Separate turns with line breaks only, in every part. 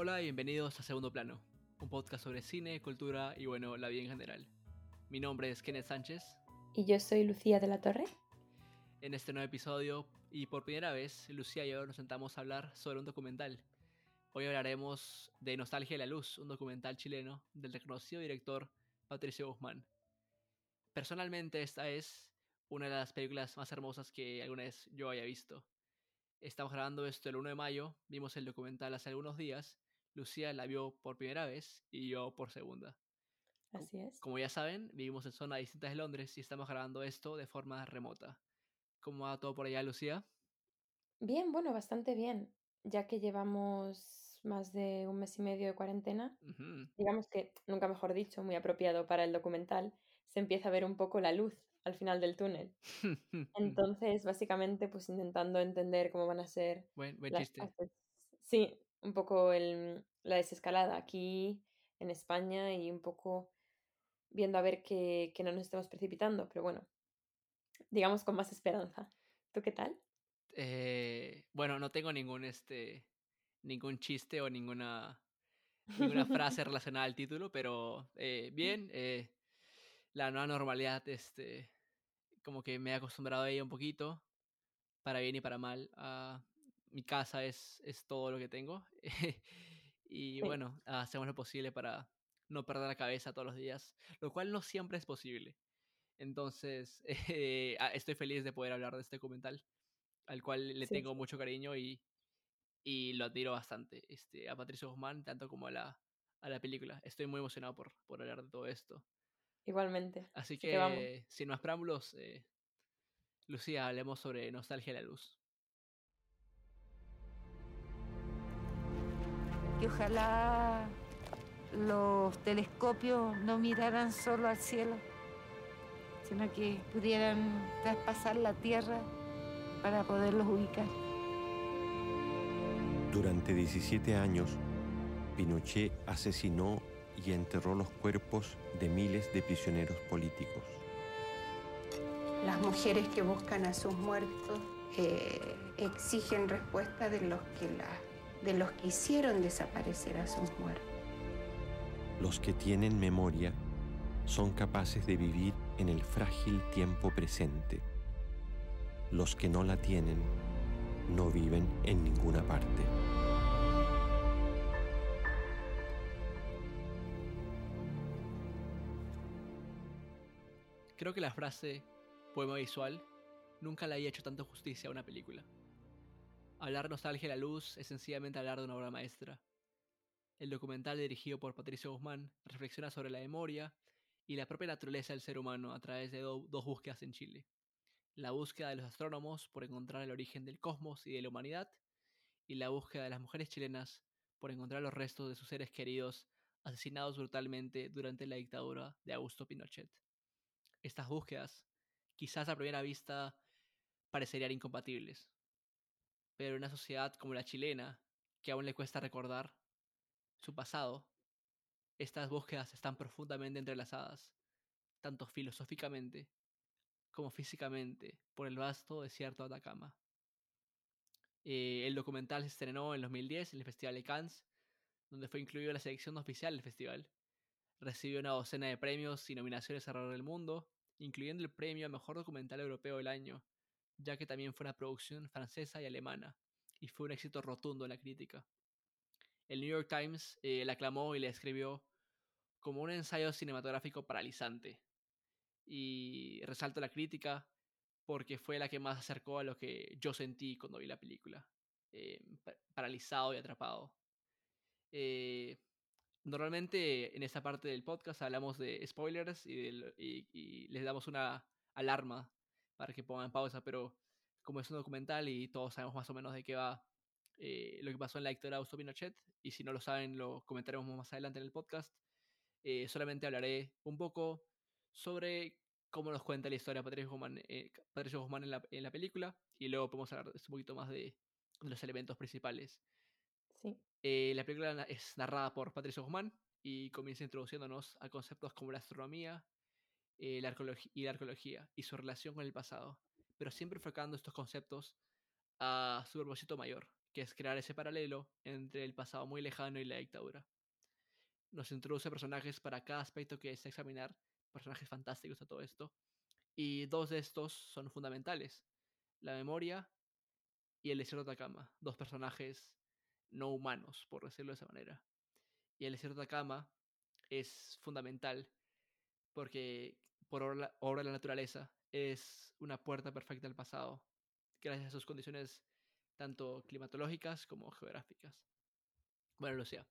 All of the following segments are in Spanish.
Hola y bienvenidos a Segundo Plano, un podcast sobre cine, cultura y bueno, la vida en general. Mi nombre es Kenneth Sánchez.
Y yo soy Lucía de la Torre.
En este nuevo episodio, y por primera vez, Lucía y yo nos sentamos a hablar sobre un documental. Hoy hablaremos de Nostalgia de la Luz, un documental chileno del reconocido director Patricio Guzmán. Personalmente, esta es una de las películas más hermosas que alguna vez yo haya visto. Estamos grabando esto el 1 de mayo, vimos el documental hace algunos días, Lucía la vio por primera vez y yo por segunda.
Así es.
Como ya saben, vivimos en zonas distintas de Londres y estamos grabando esto de forma remota. ¿Cómo va todo por allá, Lucía?
Bien, bueno, bastante bien, ya que llevamos más de un mes y medio de cuarentena.
Ujú.
Digamos que, nunca mejor dicho, muy apropiado para el documental, se empieza a ver un poco la luz al final del túnel. Entonces, básicamente, pues intentando entender cómo van a ser
Buen
las
chiste.
fases. Sí, un poco la desescalada aquí en España y un poco viendo a ver que no nos estemos precipitando, pero bueno, digamos con más esperanza. ¿Tú qué tal?
Bueno, no tengo ningún chiste o ninguna frase relacionada al título, pero bien, la nueva normalidad, como que me he acostumbrado a ella un poquito, para bien y para mal. Mi casa es todo lo que tengo. Y
Sí,
bueno, hacemos lo posible para no perder la cabeza todos los días, lo cual no siempre es posible. Entonces, estoy feliz de poder hablar de este documental, al cual le
sí,
tengo mucho cariño y lo admiro bastante, a Patricio Guzmán, tanto como a la película. Estoy muy emocionado por hablar de todo esto.
igualmente.
Así
Así que vamos.
que, sin más preámbulos, Lucía, hablemos sobre Nostalgia de la Luz.
Que ojalá los telescopios no miraran solo al cielo, sino que pudieran traspasar la Tierra para poderlos ubicar.
Durante 17 años, Pinochet asesinó y enterró los cuerpos de miles de prisioneros políticos.
Las mujeres que buscan a sus muertos exigen respuesta de los que hicieron desaparecer a sus muertos.
Los que tienen memoria son capaces de vivir en el frágil tiempo presente. Los que no la tienen no viven en ninguna parte.
Creo que la frase poema visual nunca le había hecho tanta justicia a una película. Hablar de Nostalgia de la Luz es sencillamente hablar de una obra maestra. El documental dirigido por Patricio Guzmán reflexiona sobre la memoria y la propia naturaleza del ser humano a través de dos búsquedas en Chile. La búsqueda de los astrónomos por encontrar el origen del cosmos y de la humanidad, y la búsqueda de las mujeres chilenas por encontrar los restos de sus seres queridos asesinados brutalmente durante la dictadura de Augusto Pinochet. Estas búsquedas, quizás a primera vista, parecerían incompatibles, pero en una sociedad como la chilena, que aún le cuesta recordar su pasado, estas búsquedas están profundamente entrelazadas, tanto filosóficamente como físicamente, por el vasto desierto de Atacama. El documental se estrenó en 2010 en el Festival de Cannes, donde fue incluido en la selección oficial del festival. Recibió una docena de premios y nominaciones alrededor del mundo, incluyendo el premio a Mejor Documental Europeo del Año, ya que también fue una producción francesa y alemana, y fue un éxito rotundo en la crítica. El New York Times la aclamó y la describió como un ensayo cinematográfico paralizante. Y resalto la crítica porque fue la que más acercó a lo que yo sentí cuando vi la película. Paralizado y atrapado. Eh, Normalmente en esta parte del podcast hablamos de spoilers y les damos una alarma para que pongan pausa, pero como es un documental y todos sabemos más o menos de qué va lo que pasó en la dictadura de Augusto Pinochet, y si no lo saben lo comentaremos más adelante en el podcast, solamente hablaré un poco sobre cómo nos cuenta la historia Patricio Guzmán en la película, y luego podemos hablar un poquito más de los elementos principales.
Sí,
La película es narrada por Patricio Guzmán y comienza introduciéndonos a conceptos como la astronomía la arqueología y su relación con el pasado, pero siempre enfocando estos conceptos a su propósito mayor, que es crear ese paralelo entre el pasado muy lejano y la dictadura. Nos introduce personajes para cada aspecto que es examinar, personajes fantásticos a todo esto, y dos de estos son fundamentales, la memoria y el desierto de Atacama, dos personajes no humanos, por decirlo de esa manera. Y el desierto de Atacama es fundamental porque por obra de la naturaleza es una puerta perfecta al pasado, gracias a sus condiciones tanto climatológicas como geográficas. Bueno, Lucía,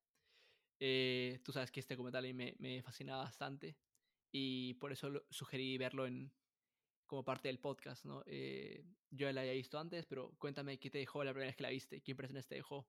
tú sabes que este documental a mí me fascina bastante y por eso sugerí verlo como parte del podcast, ¿no? Yo ya la había visto antes, pero cuéntame qué te dejó la primera vez que la viste, qué impresiones te dejó.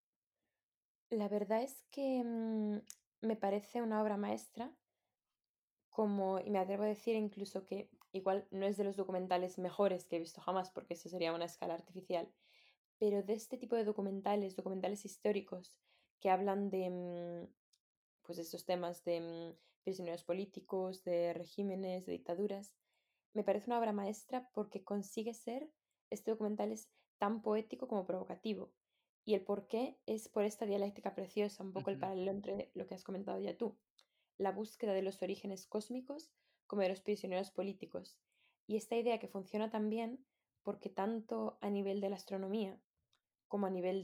La verdad es que me parece una obra maestra, y me atrevo a decir incluso que igual no es de los documentales mejores que he visto jamás, porque eso sería una escala artificial, pero de este tipo de documentales históricos que hablan de pues estos temas de prisioneros políticos, de regímenes, de dictaduras, me parece una obra maestra porque consigue ser, este documental es tan poético como provocativo. Y el por qué es por esta dialéctica preciosa, un poco el
Ujú,
paralelo entre lo que has comentado ya tú, la búsqueda de los orígenes cósmicos como de los prisioneros políticos. Y esta idea que funciona también porque tanto a nivel de la astronomía como a nivel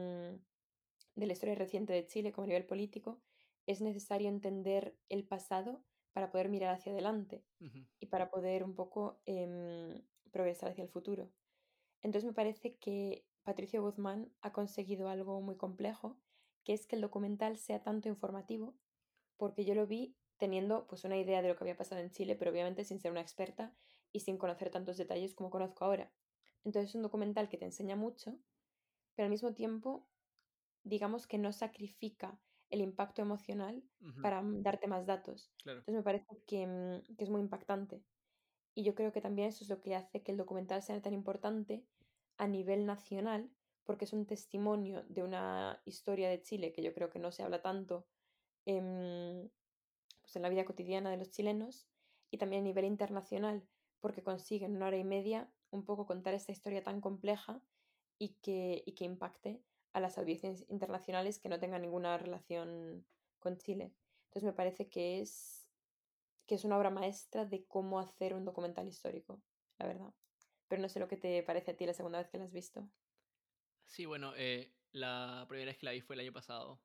de la historia reciente de Chile, como a nivel político, es necesario entender el pasado para poder mirar hacia adelante
ujú,
y para poder un poco progresar hacia el futuro. Entonces me parece que Patricio Guzmán ha conseguido algo muy complejo, que es que el documental sea tanto informativo, porque yo lo vi teniendo pues una idea de lo que había pasado en Chile, pero obviamente sin ser una experta y sin conocer tantos detalles como conozco ahora. Entonces es un documental que te enseña mucho, pero al mismo tiempo digamos que no sacrifica el impacto emocional
ujú,
para darte más datos.
claro.
Entonces me parece que es muy impactante. Y yo creo que también eso es lo que hace que el documental sea tan importante a nivel nacional, porque es un testimonio de una historia de Chile que yo creo que no se habla tanto en, pues en la vida cotidiana de los chilenos, y también a nivel internacional, porque consigue en una hora y media un poco contar esta historia tan compleja y que impacte a las audiencias internacionales que no tengan ninguna relación con Chile. Entonces me parece que es una obra maestra de cómo hacer un documental histórico, la verdad. Pero no sé lo que te parece a ti la segunda vez que la has visto.
Sí, bueno, la primera vez que la vi fue el año pasado.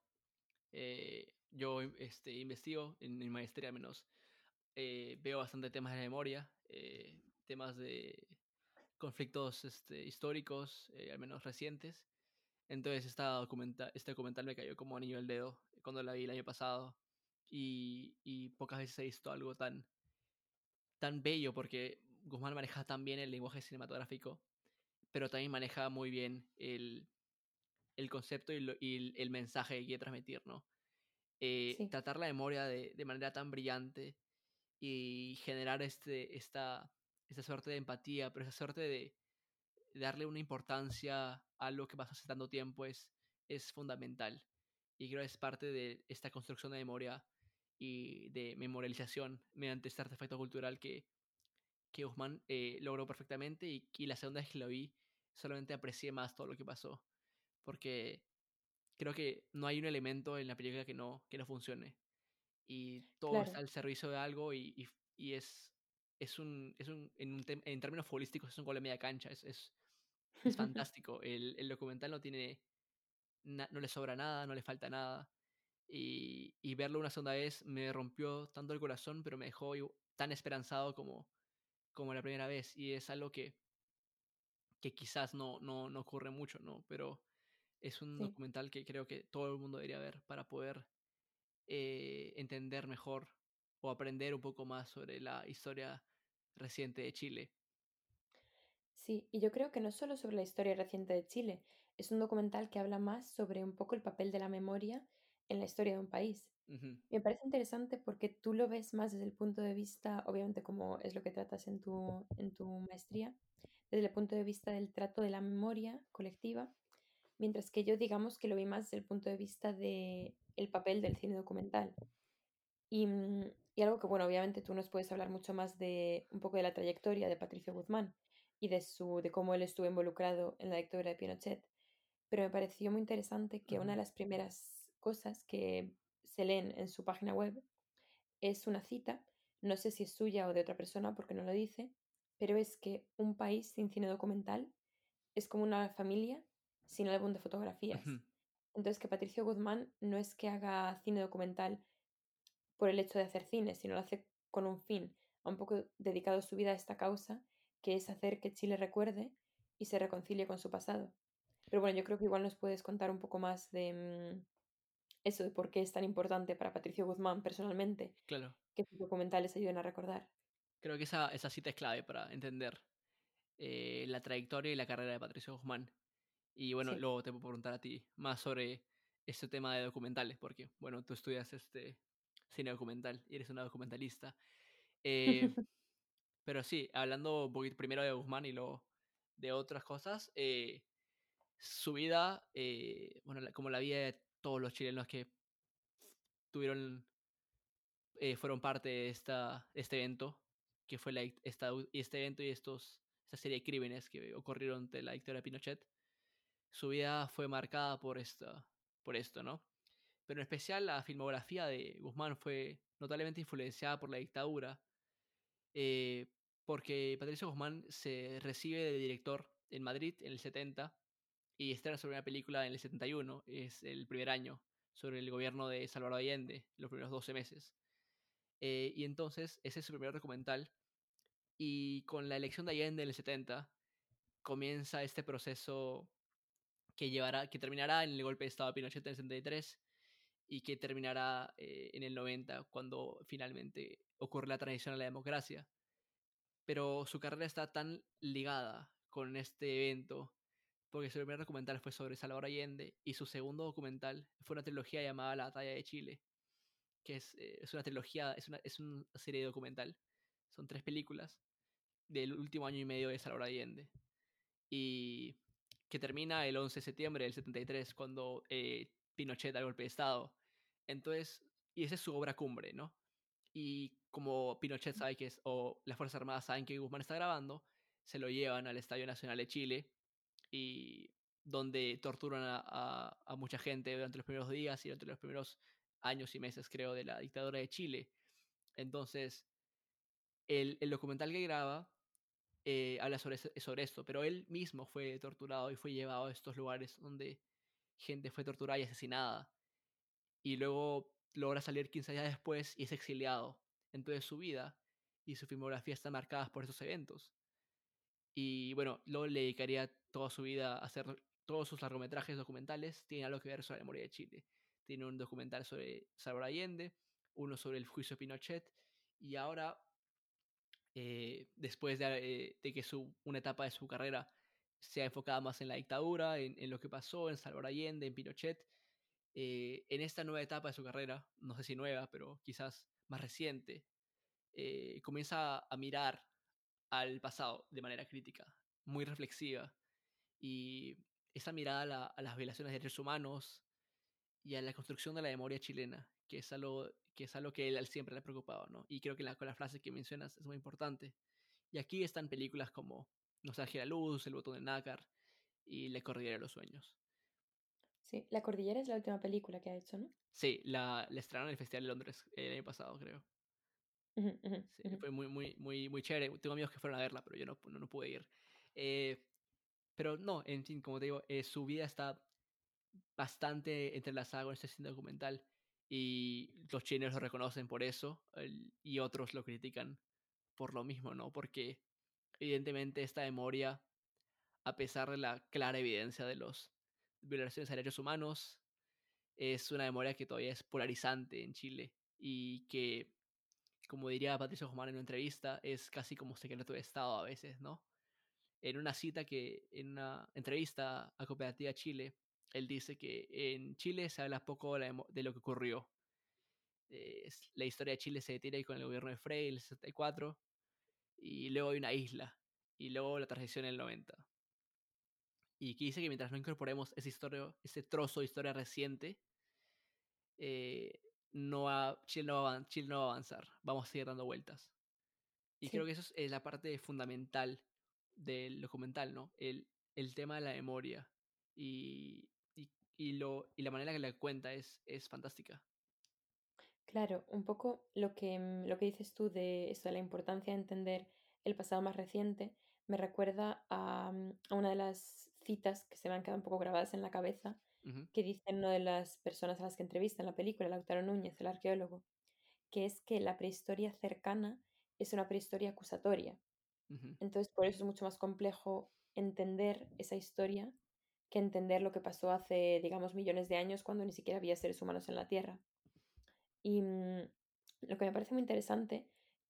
Yo investigo en mi maestría al menos. Veo bastante temas de memoria, temas de conflictos históricos, al menos recientes. Entonces este documental me cayó como anillo al dedo cuando la vi el año pasado. Y pocas veces he visto algo tan bello porque Guzmán maneja tan bien el lenguaje cinematográfico, pero también maneja muy bien el concepto y el mensaje que quiere transmitir, ¿no?
Sí,
Tratar la memoria de manera tan brillante y generar esta suerte de empatía, pero esa suerte de darle una importancia a lo que pasó hace tanto tiempo es fundamental. Y creo que es parte de esta construcción de memoria y de memorialización mediante este artefacto cultural que Guzmán logró perfectamente y la segunda vez que lo vi solamente aprecié más todo lo que pasó. Porque creo que no hay un elemento en la película que no funcione. Y todo está
claro,
al servicio de algo y en términos futbolísticos es un gol de media cancha. Es fantástico. El documental no le sobra nada, no le falta nada. Y verlo una segunda vez me rompió tanto el corazón, pero me dejó tan esperanzado como la primera vez. Y es algo que quizás no ocurre mucho, ¿no? Pero es un
sí.
documental que creo que todo el mundo debería ver para poder entender mejor o aprender un poco más sobre la historia reciente de Chile.
Sí, y yo creo que no solo sobre la historia reciente de Chile, es un documental que habla más sobre un poco el papel de la memoria en la historia de un país.
Ujú,
Me parece interesante porque tú lo ves más desde el punto de vista, obviamente como es lo que tratas en tu maestría, desde el punto de vista del trato de la memoria colectiva, mientras que yo digamos que lo vi más desde el punto de vista del papel del cine documental. Y algo que, bueno, obviamente tú nos puedes hablar mucho más de un poco de la trayectoria de Patricio Guzmán y de cómo él estuvo involucrado en la dictadura de Pinochet, pero me pareció muy interesante que una de las primeras cosas que se leen en su página web es una cita, no sé si es suya o de otra persona porque no lo dice, pero es que un país sin cine documental es como una familia sin álbum de fotografías.
Ujú.
Entonces, que Patricio Guzmán no es que haga cine documental por el hecho de hacer cine, sino lo hace con un fin, ha un poco dedicado su vida a esta causa, que es hacer que Chile recuerde y se reconcilie con su pasado. Pero bueno, yo creo que igual nos puedes contar un poco más de eso, de por qué es tan importante para Patricio Guzmán personalmente
Claro.
que sus documentales ayuden a recordar.
Creo que esa cita es clave para entender la trayectoria y la carrera de Patricio Guzmán. Y bueno,
Sí.
luego te puedo preguntar a ti más sobre este tema de documentales, porque bueno, tú estudias cine documental y eres una documentalista. Eh, pero sí, hablando un poquito primero de Guzmán y luego de otras cosas, su vida, bueno, como la vida de todos los chilenos que tuvieron, fueron parte de este evento, que fue este evento y esta serie de crímenes que ocurrieron de la dictadura de Pinochet, su vida fue marcada por esto, ¿no? Pero en especial la filmografía de Guzmán fue notablemente influenciada por la dictadura, eh, porque Patricio Guzmán se recibe de director en Madrid en el 70 y estrena sobre una película en el 71, es el primer año, sobre el gobierno de Salvador Allende, los primeros 12 meses. Y entonces ese es su primer documental y con la elección de Allende en el 70 comienza este proceso que terminará en el golpe de Estado de Pinochet en el 73 y que terminará en el 90 cuando finalmente ocurre la transición a la democracia. Pero su carrera está tan ligada con este evento porque su primer documental fue sobre Salvador Allende y su segundo documental fue una trilogía llamada La Batalla de Chile, que es una trilogía, es una serie documental. Son 3 películas del último año y medio de Salvador Allende. Y que termina el 11 de septiembre del 73 cuando Pinochet da el golpe de Estado. Entonces, y esa es su obra cumbre, ¿no? Y como Pinochet sabe que es, o las Fuerzas Armadas saben que Guzmán está grabando, se lo llevan al Estadio Nacional de Chile y donde torturan a mucha gente durante los primeros días y durante los primeros años y meses, creo, de la dictadura de Chile. Entonces, el documental que graba habla sobre esto, pero él mismo fue torturado y fue llevado a estos lugares donde gente fue torturada y asesinada. Y luego logra salir 15 días después y es exiliado. Entonces su vida y su filmografía están marcadas por esos eventos. Y bueno, luego le dedicaría toda su vida a hacer todos sus largometrajes documentales. Tiene algo que ver sobre la memoria de Chile. Tiene un documental sobre Salvador Allende, uno sobre el juicio de Pinochet, y ahora después de que una etapa de su carrera sea enfocada más en la dictadura, en lo que pasó en Salvador Allende, en Pinochet, en esta nueva etapa de su carrera, no sé si nueva, pero quizás más reciente, comienza a mirar al pasado de manera crítica, muy reflexiva, y esa mirada a las violaciones de derechos humanos y a la construcción de la memoria chilena, que es algo que él siempre le ha preocupado, ¿no? Y creo que con la frase que mencionas es muy importante. Y aquí están películas como Nostalgia de la Luz, El botón de nácar y La cordillera de los sueños.
Sí, La Cordillera es la última película que ha hecho, ¿no?
Sí, la estrenaron en el Festival de Londres el año pasado, creo.
Ujú, ujú,
Sí,
ujú.
fue muy, muy, muy, muy chévere. Tengo amigos que fueron a verla, pero yo no pude ir. Eh, pero no, en fin, como te digo, su vida está bastante entrelazada con este cine documental y los chilenos lo reconocen por eso y otros lo critican por lo mismo, ¿no? Porque evidentemente esta memoria, a pesar de la clara evidencia de las violaciones a derechos humanos, es una memoria que todavía es polarizante en Chile y que, como diría Patricio Guzmán en una entrevista, es casi como secreto de Estado a veces, ¿no? En una entrevista a Cooperativa Chile, él dice que en Chile se habla poco de lo que ocurrió. La historia de Chile se detiene ahí con el gobierno de Frei en el 64 y luego hay una isla y luego la transición en el 90. Y que dice que mientras no incorporemos ese trozo de historia reciente, eh, Chile no va a avanzar, vamos a seguir dando vueltas. Y creo
Sí,
que eso es la parte fundamental del documental, ¿no? El tema de la memoria. y, y la manera que la cuenta es fantástica.
Claro, un poco lo que dices tú de esto de la importancia de entender el pasado más reciente, me recuerda a una de las citas que se me han quedado un poco grabadas en la cabeza,
Ujú,
que dice una de las personas a las que entrevista en la película, Lautaro Núñez, el arqueólogo, que es que la prehistoria cercana es una prehistoria acusatoria.
ujú,
Entonces, por eso es mucho más complejo entender esa historia que entender lo que pasó hace, digamos, millones de años cuando ni siquiera había seres humanos en la Tierra. Y lo que me parece muy interesante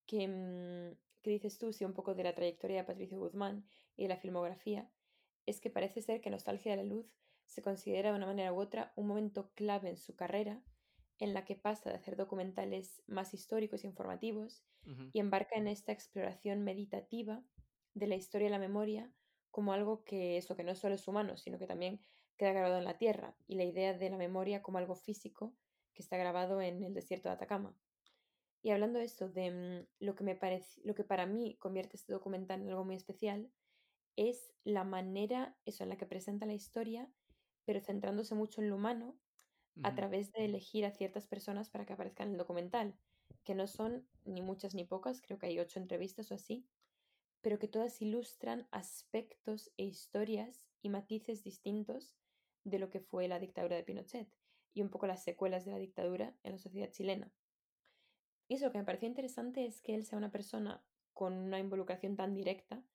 que dices tú, sí, un poco de la trayectoria de Patricio Guzmán y de la filmografía, es que parece ser que Nostalgia de la Luz se considera de una manera u otra un momento clave en su carrera en la que pasa de hacer documentales más históricos e informativos
ujú,
y embarca en esta exploración meditativa de la historia y la memoria como algo que eso que no solo es humano, sino que también queda grabado en la tierra y la idea de la memoria como algo físico que está grabado en el desierto de Atacama. Y hablando de esto, de lo que me parece, lo que para mí convierte este documental en algo muy especial, es la manera, eso, en la que presenta la historia, pero centrándose mucho en lo humano, a
ujú,
través de elegir a ciertas personas para que aparezcan en el documental, que no son ni muchas ni pocas, creo que hay 8 entrevistas o así, pero que todas ilustran aspectos e historias y matices distintos de lo que fue la dictadura de Pinochet y un poco las secuelas de la dictadura en la sociedad chilena. Y eso lo que me pareció interesante es que él sea una persona con una involucración tan directa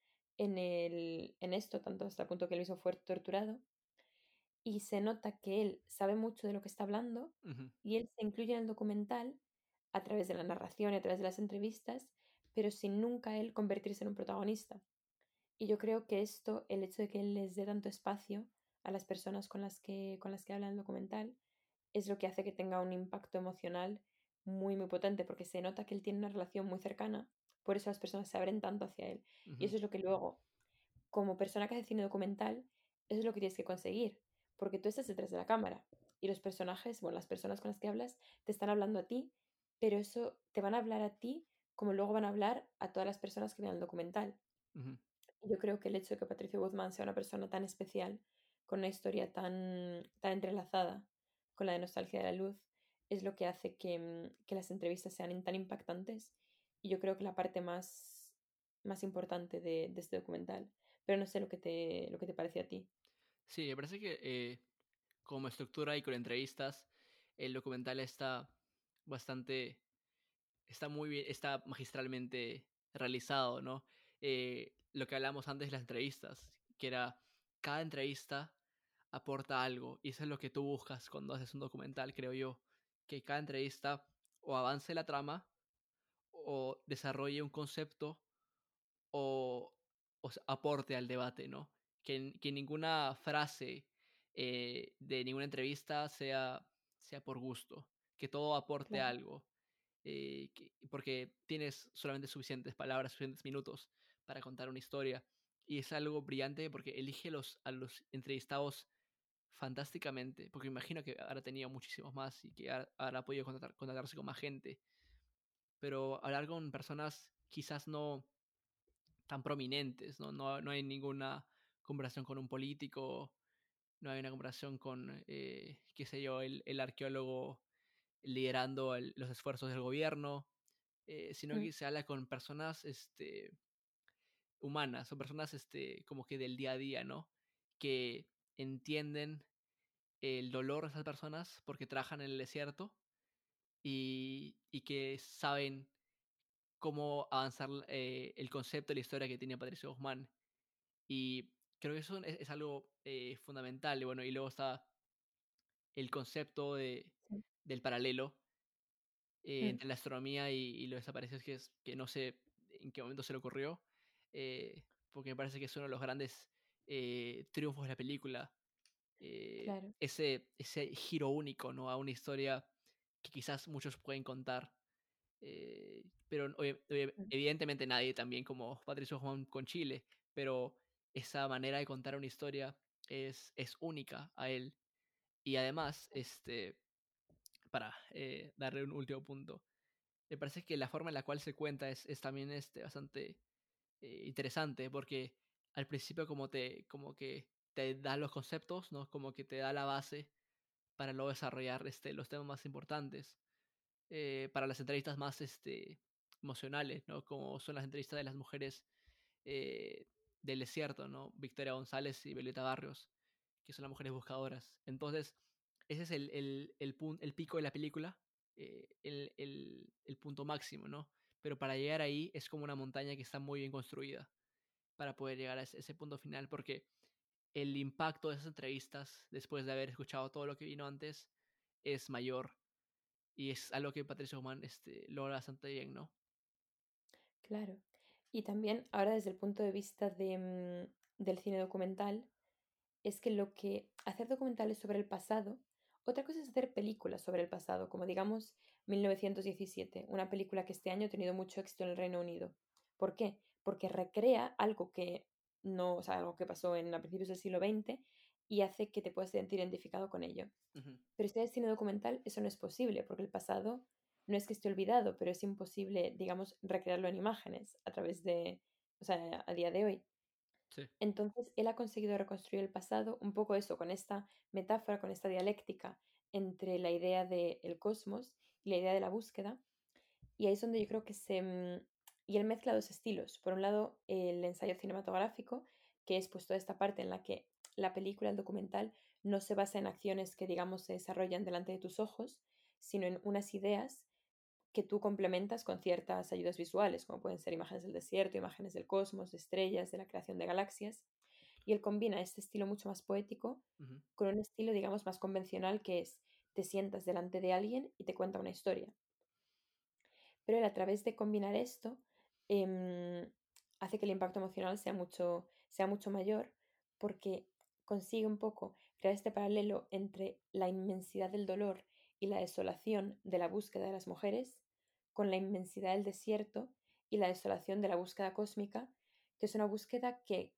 en esto, tanto hasta el punto que él mismo fue torturado, y se nota que él sabe mucho de lo que está hablando
ujú,
y él se incluye en el documental a través de la narración y a través de las entrevistas, pero sin nunca él convertirse en un protagonista. Y yo creo que esto, el hecho de que él les dé tanto espacio a las personas con las que habla el documental, es lo que hace que tenga un impacto emocional muy, muy potente, porque se nota que él tiene una relación muy cercana, por eso las personas se abren tanto hacia él. Y
ujú,
eso es lo que luego, como persona que hace cine documental, eso es lo que tienes que conseguir, porque tú estás detrás de la cámara y los personajes, bueno, las personas con las que hablas, te están hablando a ti, pero eso te van a hablar a ti como luego van a hablar a todas las personas que vean el documental.
ujú.
Yo creo que el hecho de que Patricio Guzmán sea una persona tan especial, con una historia tan entrelazada con la de Nostalgia de la Luz, es lo que hace que las entrevistas sean tan impactantes. Y yo creo que la parte más importante de este documental. Pero no sé lo que te pareció a ti.
Sí, me parece que como estructura y con entrevistas, el documental bastante, está muy bien, está magistralmente realizado, ¿no? Lo que hablamos antes de las entrevistas, que era cada entrevista aporta algo, y eso es lo que tú buscas cuando haces un documental, creo yo, que cada entrevista o avance la trama o desarrolle un concepto o, aporte al debate, ¿no? Que ninguna frase de ninguna entrevista sea por gusto, que todo aporte
Claro,
algo, porque tienes solamente suficientes palabras, suficientes minutos para contar una historia. Y es algo brillante porque elige a los entrevistados fantásticamente, porque imagino que ahora tenía muchísimos más y que ahora ha podido contactarse con más gente, pero hablar con personas quizás no tan prominentes, ¿no? No hay ninguna comparación con un político, no hay una comparación con, qué sé yo, el arqueólogo liderando los esfuerzos del gobierno, sino
mm,
que se habla con personas humanas, o personas como que del día a día, ¿no? Que entienden el dolor de esas personas porque trabajan en el desierto y que saben cómo avanzar el concepto de la historia que tiene Patricio Guzmán. Y creo que eso es algo fundamental. Y bueno, y luego está el concepto
sí,
del paralelo
mm,
entre la astronomía y los desaparecidos, que no sé en qué momento se le ocurrió, porque me parece que es uno de los grandes triunfos de la película.
claro,
Ese giro único, ¿no? A una historia que quizás muchos pueden contar. Pero
mm,
evidentemente nadie también como Patricio Juan con Chile, pero esa manera de contar una historia es única a él. Y además, para darle un último punto, me parece que la forma en la cual se cuenta es también bastante interesante, porque al principio como que te da los conceptos, ¿no? Como que te da la base para luego desarrollar los temas más importantes. Para las entrevistas más emocionales, ¿no? Como son las entrevistas de las mujeres eh, del desierto, ¿no? Victoria González y Violeta Barrios, que son las mujeres buscadoras. Entonces, ese es el pico de la película, el punto máximo, ¿no? Pero para llegar ahí es como una montaña que está muy bien construida para poder llegar a ese punto final, porque el impacto de esas entrevistas, después de haber escuchado todo lo que vino antes, es mayor. Y es algo que Patricio Guzmán logra bastante bien, ¿no?
Claro. Y también ahora desde el punto de vista del cine documental, es que lo que hacer documentales sobre el pasado, otra cosa es hacer películas sobre el pasado, como digamos 1917, una película que este año ha tenido mucho éxito en el Reino Unido. ¿Por qué? Porque recrea algo que no, o sea, algo que pasó a principios del siglo XX y hace que te puedas sentir identificado con ello.
Ujú.
Pero si haces cine documental, eso no es posible, porque el pasado no es que esté olvidado, pero es imposible, digamos, recrearlo en imágenes a través de, o sea, a día de hoy.
Sí.
Entonces, él ha conseguido reconstruir el pasado un poco eso, con esta metáfora, con esta dialéctica entre la idea del cosmos y la idea de la búsqueda. Y ahí es donde yo creo que y él mezcla dos estilos. Por un lado, el ensayo cinematográfico, que es pues toda esta parte en la que la película, el documental, no se basa en acciones que, digamos, se desarrollan delante de tus ojos, sino en unas ideas que tú complementas con ciertas ayudas visuales, como pueden ser imágenes del desierto, imágenes del cosmos, de estrellas, de la creación de galaxias. Y él combina este estilo mucho más poético
Ujú.
con un estilo, digamos, más convencional, que es te sientas delante de alguien y te cuenta una historia. Pero él, a través de combinar esto, hace que el impacto emocional sea mucho mayor, porque consigue un poco crear este paralelo entre la inmensidad del dolor y la desolación de la búsqueda de las mujeres con la inmensidad del desierto y la desolación de la búsqueda cósmica, que es una búsqueda que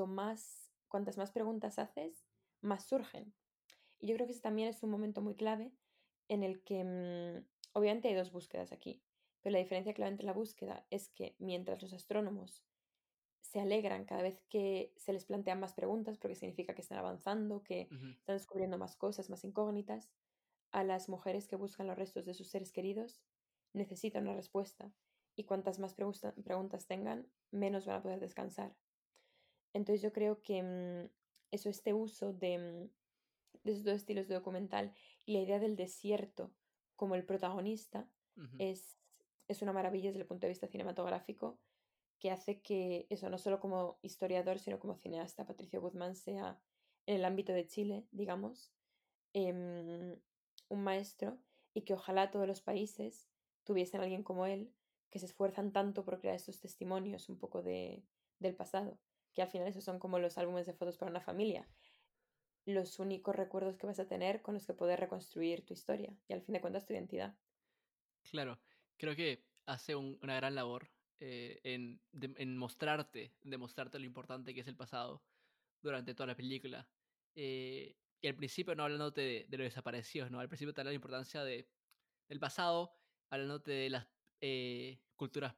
cuantas más preguntas haces, más surgen. Y yo creo que ese también es un momento muy clave en el que, obviamente hay dos búsquedas aquí, pero la diferencia clave entre la búsqueda es que mientras los astrónomos se alegran cada vez que se les plantean más preguntas, porque significa que están avanzando, que
Ujú.
están descubriendo más cosas, más incógnitas, a las mujeres que buscan los restos de sus seres queridos necesitan una respuesta. Y cuantas más preguntas tengan, menos van a poder descansar. Entonces yo creo que este uso de esos dos estilos de documental y la idea del desierto como el protagonista
Ujú.
es, es una maravilla desde el punto de vista cinematográfico, que hace que eso, no solo como historiador, sino como cineasta, Patricio Guzmán sea, en el ámbito de Chile, digamos, em, un maestro, y que ojalá todos los países tuviesen a alguien como él, que se esfuerzan tanto por crear estos testimonios un poco del pasado, que al final esos son como los álbumes de fotos para una familia, los únicos recuerdos que vas a tener con los que poder reconstruir tu historia y al fin de cuentas tu identidad.
Claro, creo que hace una gran labor en demostrarte lo importante que es el pasado durante toda la película. Y al principio no hablándote de los desaparecidos, ¿no? Al principio te habla de la importancia del pasado, hablándote de las culturas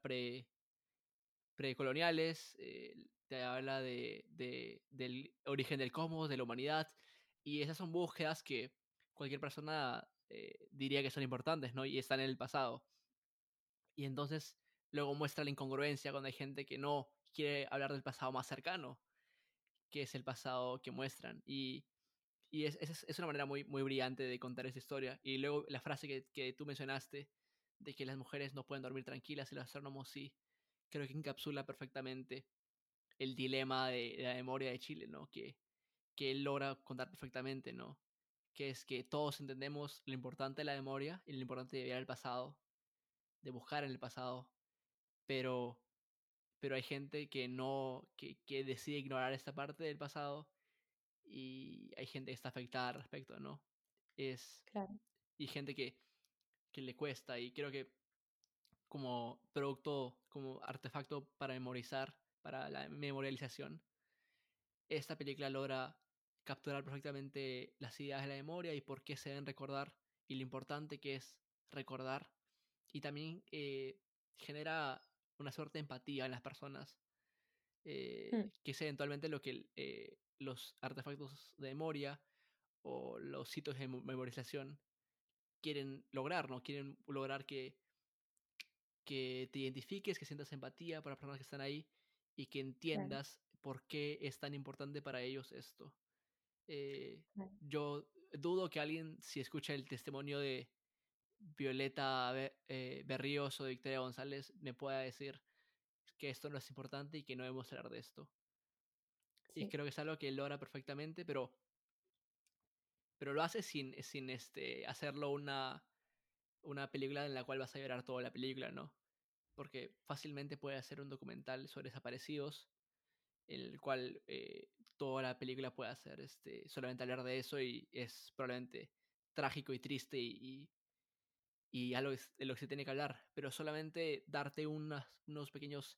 precoloniales, te habla del origen del cosmos, de la humanidad, y esas son búsquedas que cualquier persona diría que son importantes, ¿no? Y están en el pasado. Y entonces luego muestra la incongruencia cuando hay gente que no quiere hablar del pasado más cercano, que es el pasado que muestran. Y es una manera muy, muy brillante de contar esa historia. Y luego la frase que tú mencionaste, de que las mujeres no pueden dormir tranquilas y los astrónomos sí, creo que encapsula perfectamente el dilema de la memoria de Chile, ¿no? Que él logra contar perfectamente, ¿no? Que es que todos entendemos lo importante de la memoria y lo importante de ver el pasado, de buscar en el pasado, pero, pero hay gente que no, que decide ignorar esta parte del pasado y hay gente que está afectada al respecto, ¿no? Es,
Claro,
y gente que le cuesta y creo que como producto, como artefacto para memorizar, para la memorialización, esta película logra capturar perfectamente las ideas de la memoria y por qué se deben recordar y lo importante que es recordar. Y también genera una suerte de empatía en las personas que es eventualmente lo que los artefactos de memoria o los sitios de memorización quieren lograr, ¿no? Quieren lograr que te identifiques, que sientas empatía por las personas que están ahí y que entiendas por qué es tan importante para ellos esto.
Claro.
Yo dudo que alguien, si escucha el testimonio de Violeta Berríos o de Victoria González, me pueda decir que esto no es importante y que no debemos hablar de esto. Y
Sí,
creo que es algo que él logra perfectamente, pero lo hace sin hacerlo una película en la cual vas a llorar toda la película, ¿no? Porque fácilmente puede hacer un documental sobre desaparecidos, en el cual toda la película puede hacer solamente hablar de eso y es probablemente trágico y triste y algo de lo que se tiene que hablar, pero solamente darte unos pequeños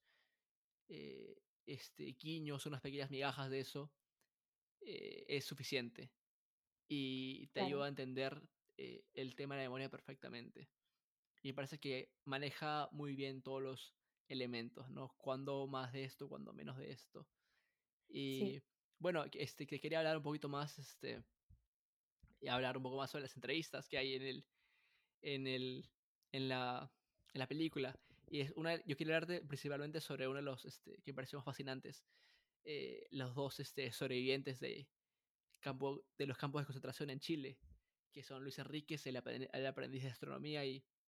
guiños, unas pequeñas migajas de eso es suficiente y te ayuda
claro.
a entender el tema de la memoria perfectamente. Y me parece que maneja muy bien todos los elementos, ¿no? Cuándo más de esto, cuándo menos de esto.
Sí,
Y bueno, que quería hablar un poquito más, y hablar un poco más sobre las entrevistas que hay en el, en la, en la película. Y yo quiero hablarte principalmente sobre uno de los que me pareció más fascinantes. Los dos sobrevivientes de los campos de concentración en Chile, que son Luis Enríquez, el aprendiz de astronomía,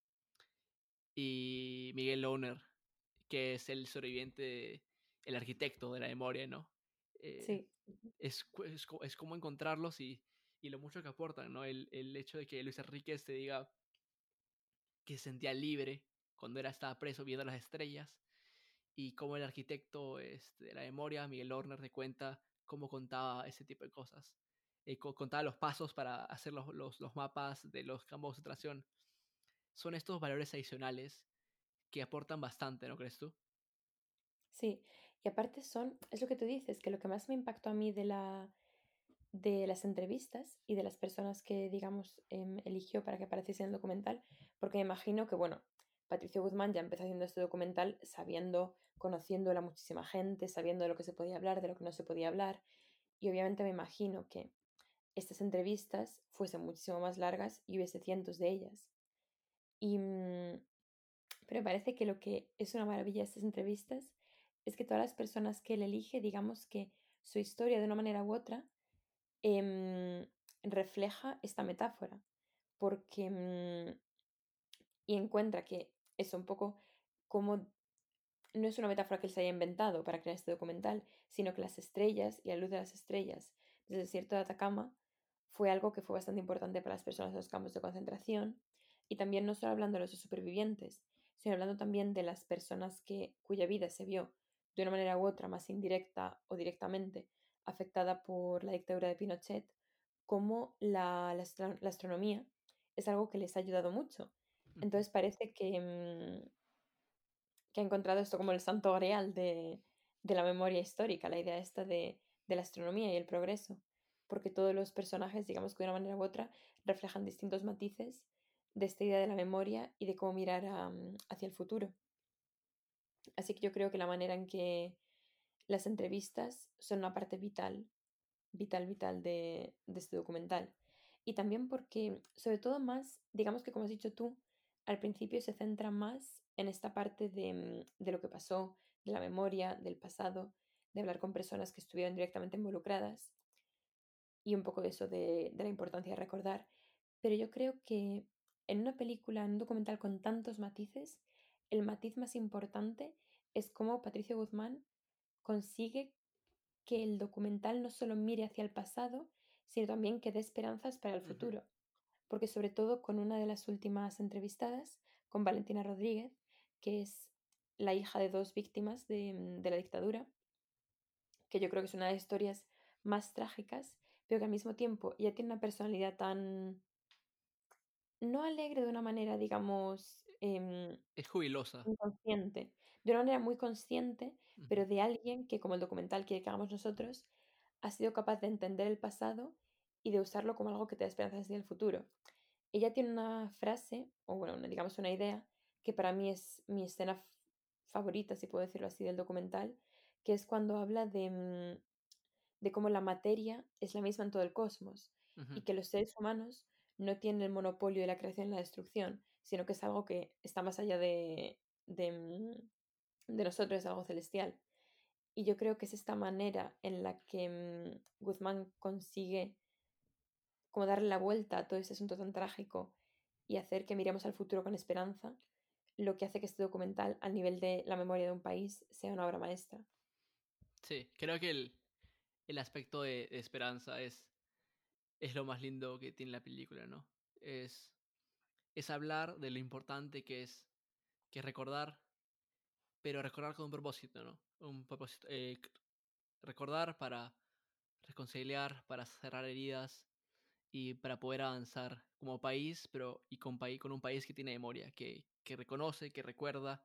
y Miguel Lohner, que es el sobreviviente, el arquitecto de la memoria, ¿no? Eh,
sí,
es como encontrarlos y lo mucho que aportan, ¿no? El hecho de que Luis Enríquez te diga que se sentía libre cuando estaba preso viendo las estrellas y cómo el arquitecto de la memoria, Miguel Lohner, te cuenta cómo contaba ese tipo de cosas. Contaba los pasos para hacer los mapas de los campos de concentración. Son estos valores adicionales que aportan bastante, ¿no crees tú?
sí. Y aparte es lo que tú dices, que lo que más me impactó a mí de las entrevistas y de las personas que, digamos, eligió para que apareciese en el documental, porque me imagino que, bueno, Patricio Guzmán ya empezó haciendo este documental sabiendo, conociendo a muchísima gente, sabiendo de lo que se podía hablar, de lo que no se podía hablar, y obviamente me imagino que estas entrevistas fuesen muchísimo más largas y hubiese cientos de ellas. Y, pero me parece que lo que es una maravilla de estas entrevistas es que todas las personas que él elige, digamos que su historia de una manera u otra refleja esta metáfora, porque y encuentra que es un poco como no es una metáfora que él se haya inventado para crear este documental, sino que las estrellas y la luz de las estrellas desde el desierto de Atacama fue algo que fue bastante importante para las personas de los campos de concentración y también no solo hablando de los supervivientes, sino hablando también de las personas cuya vida se vio de una manera u otra, más indirecta o directamente, afectada por la dictadura de Pinochet, como la astronomía es algo que les ha ayudado mucho.
Ujú.
Entonces parece que ha encontrado esto como el santo grial de la memoria histórica, la idea esta de la astronomía y el progreso, porque todos los personajes, digamos que de una manera u otra, reflejan distintos matices de esta idea de la memoria y de cómo mirar hacia el futuro. Así que yo creo que la manera en que las entrevistas son una parte vital, vital, vital de este documental. Y también porque, sobre todo más, digamos que como has dicho tú, al principio se centra más en esta parte de lo que pasó, de la memoria, del pasado, de hablar con personas que estuvieron directamente involucradas y un poco de eso de la importancia de recordar. Pero yo creo que en una película, en un documental con tantos matices, el matiz más importante es cómo Patricio Guzmán consigue que el documental no solo mire hacia el pasado, sino también que dé esperanzas para el
Ujú.
futuro. Porque sobre todo con una de las últimas entrevistadas, con Valentina Rodríguez, que es la hija de dos víctimas de la dictadura, que yo creo que es una de las historias más trágicas, pero que al mismo tiempo ella tiene una personalidad tan, no alegre de una manera, digamos,
Es jubilosa.
inconsciente, de una manera muy consciente,
Ujú.
pero de alguien que, como el documental quiere que hagamos nosotros, ha sido capaz de entender el pasado y de usarlo como algo que te da esperanzas hacia el futuro. Ella tiene una frase, o bueno, digamos una idea, que para mí es mi escena favorita, si puedo decirlo así, del documental, que es cuando habla de cómo la materia es la misma en todo el cosmos y
Ujú.
que los seres humanos no tienen el monopolio de la creación y la destrucción, sino que es algo que está más allá de nosotros, es algo celestial. Y yo creo que es esta manera en la que Guzmán consigue como darle la vuelta a todo ese asunto tan trágico y hacer que miremos al futuro con esperanza, lo que hace que este documental, al nivel de la memoria de un país, sea una obra maestra.
Sí, creo que el aspecto de esperanza es lo más lindo que tiene la película, ¿no? Es, es hablar de lo importante que es recordar, pero recordar con un propósito, ¿no? Un propósito, recordar para reconciliar, para cerrar heridas y para poder avanzar como país, pero y con un país que tiene memoria, que reconoce, que recuerda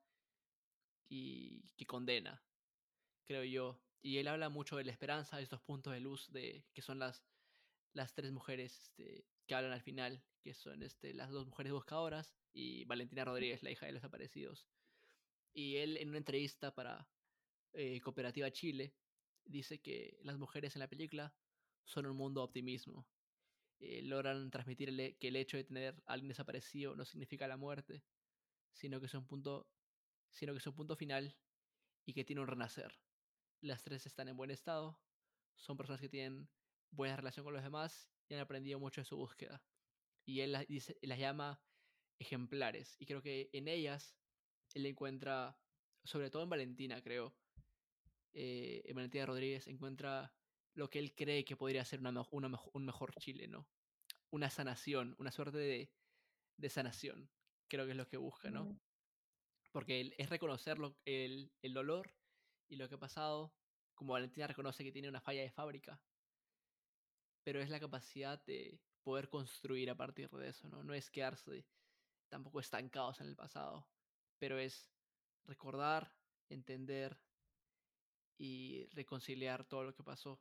y que condena, creo yo. Y él habla mucho de la esperanza, de estos puntos de luz que son las tres mujeres que hablan al final, que son las dos mujeres buscadoras y Valentina Rodríguez, la hija de los desaparecidos. Y él en una entrevista para Cooperativa Chile dice que las mujeres en la película son un mundo de optimismo. Logran transmitir que el hecho de tener a alguien desaparecido no significa la muerte, sino que es un punto, sino que es un punto final y que tiene un renacer. Las tres están en buen estado, son personas que tienen buena relación con los demás y han aprendido mucho de su búsqueda. Y él las llama ejemplares. Y creo que en ellas él encuentra, sobre todo en Valentina, creo, en Valentina Rodríguez, encuentra lo que él cree que podría ser un mejor Chile, ¿no? Una sanación, una suerte de sanación. Creo que es lo que busca, ¿no?
Mm.
Porque es reconocer el dolor y lo que ha pasado, como Valentina reconoce que tiene una falla de fábrica, pero es la capacidad de poder construir a partir de eso, ¿no? No es quedarse tampoco estancados en el pasado, pero es recordar, entender y reconciliar todo lo que pasó.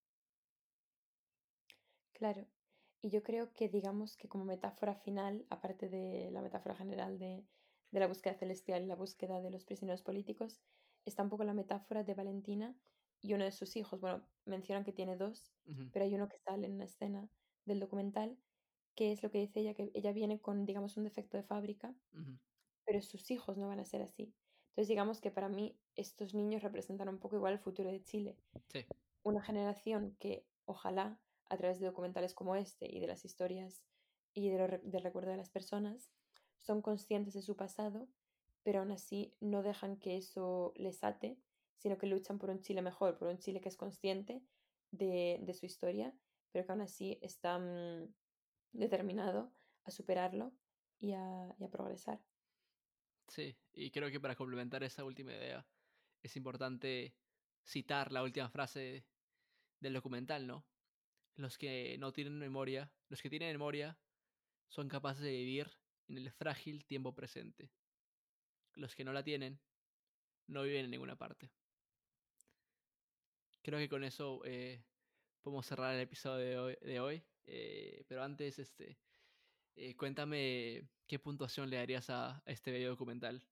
Claro. Y yo creo que digamos que como metáfora final, aparte de la metáfora general de la búsqueda celestial y la búsqueda de los prisioneros políticos, está un poco la metáfora de Valentina y uno de sus hijos. Bueno, mencionan que tiene dos,
Ujú,
pero hay uno que sale en una escena del documental, que es lo que dice ella, que ella viene con, digamos, un defecto de fábrica,
ujú.
pero sus hijos no van a ser así. Entonces, digamos que para mí estos niños representan un poco igual el futuro de Chile,
Sí,
una generación que ojalá a través de documentales como este y de las historias y del recuerdo de las personas son conscientes de su pasado, pero aún así no dejan que eso les ate, sino que luchan por un Chile mejor, por un Chile que es consciente de su historia, pero que aún así está determinado a superarlo y a progresar.
sí. Y creo que para complementar esa última idea, es importante citar la última frase del documental, ¿no? Los que no tienen memoria, los que tienen memoria son capaces de vivir en el frágil tiempo presente. Los que no la tienen no viven en ninguna parte. Creo que con eso podemos cerrar el episodio de hoy. Pero antes, cuéntame qué puntuación le darías a este video documental.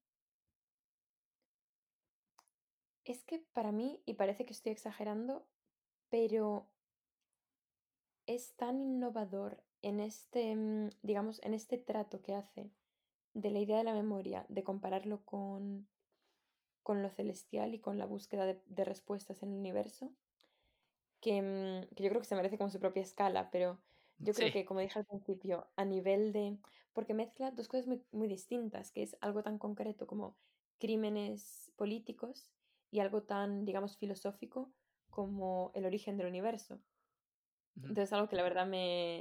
Es que para mí, y parece que estoy exagerando, pero es tan innovador en este, digamos, en este trato que hace de la idea de la memoria, de compararlo con lo celestial y con la búsqueda de respuestas en el universo, que yo creo que se merece como su propia escala, pero yo creo
Sí.
que, como dije al principio, a nivel de... porque mezcla dos cosas muy, muy distintas, que es algo tan concreto como crímenes políticos y algo tan, digamos, filosófico como el origen del universo.
Ujú.
Entonces, algo que la verdad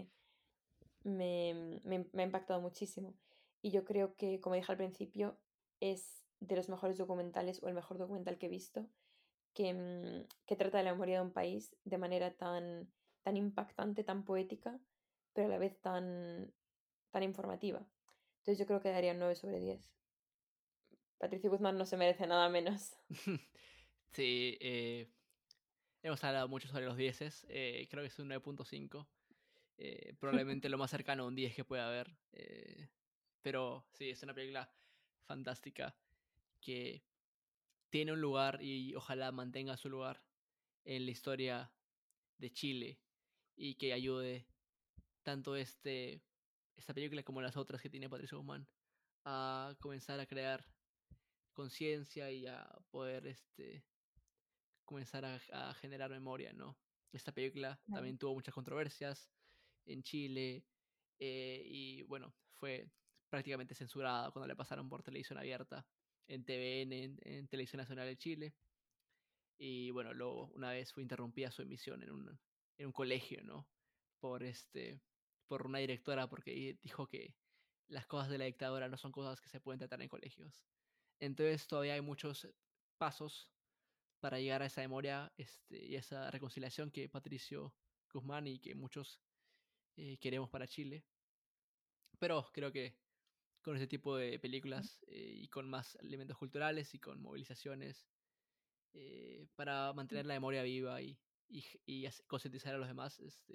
me ha impactado muchísimo. Y yo creo que, como dije al principio, es de los mejores documentales o el mejor documental que he visto que trata de la memoria de un país de manera tan impactante, tan poética, pero a la vez tan informativa. Entonces yo creo que daría un 9/10. Patricio Guzmán no se merece nada menos.
Sí, hemos hablado mucho sobre los 10. Creo que es un 9.5. Probablemente lo más cercano a un 10 que pueda haber. Pero sí, es una película fantástica que tiene un lugar y ojalá mantenga su lugar en la historia de Chile y que ayude tanto esta película como las otras que tiene Patricio Guzmán a comenzar a crear conciencia y a poder comenzar a generar memoria, ¿no? Esta película
Claro.
también tuvo muchas controversias en Chile y bueno, fue prácticamente censurada cuando le pasaron por televisión abierta en TVN, en Televisión Nacional de Chile. Y bueno, luego una vez fue interrumpida su emisión en un colegio, ¿no? Por, por una directora porque dijo que las cosas de la dictadura no son cosas que se pueden tratar en colegios. Entonces todavía hay muchos pasos para llegar a esa memoria y esa reconciliación que Patricio Guzmán y que muchos queremos para Chile. Pero creo que con este tipo de películas y con más elementos culturales y con movilizaciones para mantener la memoria viva y concientizar a los demás,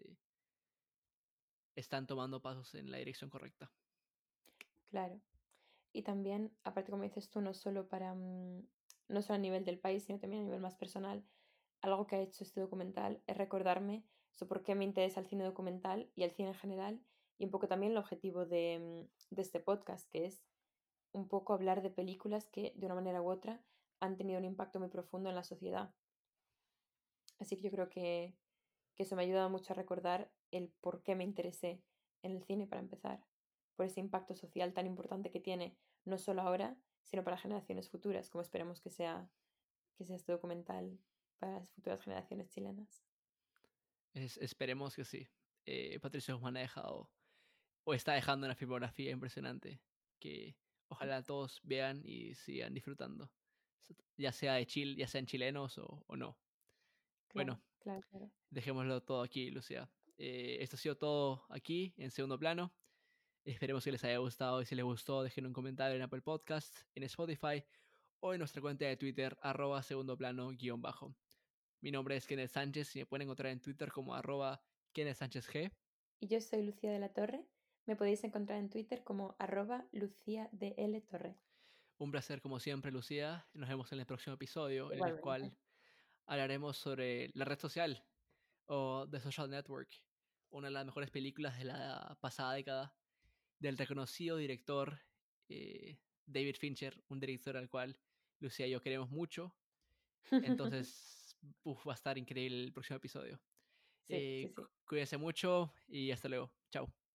están tomando pasos en la dirección correcta.
Claro. Y también, aparte como dices tú, no solo para, no solo a nivel del país, sino también a nivel más personal, algo que ha hecho este documental es recordarme por qué me interesa el cine documental y el cine en general, y un poco también el objetivo de este podcast, que es un poco hablar de películas que de una manera u otra han tenido un impacto muy profundo en la sociedad. Así que yo creo que eso me ha ayudado mucho a recordar el por qué me interesé en el cine para empezar, por ese impacto social tan importante que tiene, no solo ahora, sino para generaciones futuras, como esperemos que sea este documental para las futuras generaciones chilenas.
Esperemos que sí. Patricio Guzmán ha dejado, o está dejando una filmografía impresionante, que ojalá todos vean y sigan disfrutando, ya sea de Chile, ya sean chilenos o no.
Claro,
Bueno,
claro.
dejémoslo todo aquí, Lucía. Esto ha sido todo aquí en segundo plano. Esperemos que les haya gustado y si les gustó dejen un comentario en Apple Podcast, en Spotify o en nuestra cuenta de Twitter @segundoplano_bajo. Mi nombre es Kenneth Sánchez y me pueden encontrar en Twitter como @KennethSánchezG.
Y yo soy Lucía de la Torre. Me podéis encontrar en Twitter como @LuciaDLTorre.
Un placer como siempre, Lucía. Nos vemos en el próximo episodio en el
Igualmente.
cual hablaremos sobre la red social o The Social Network, una de las mejores películas de la pasada década del reconocido director David Fincher, un director al cual Lucía y yo queremos mucho. Entonces, va a estar increíble el próximo episodio.
Sí, sí, sí.
Cuídense mucho y hasta luego. Chao.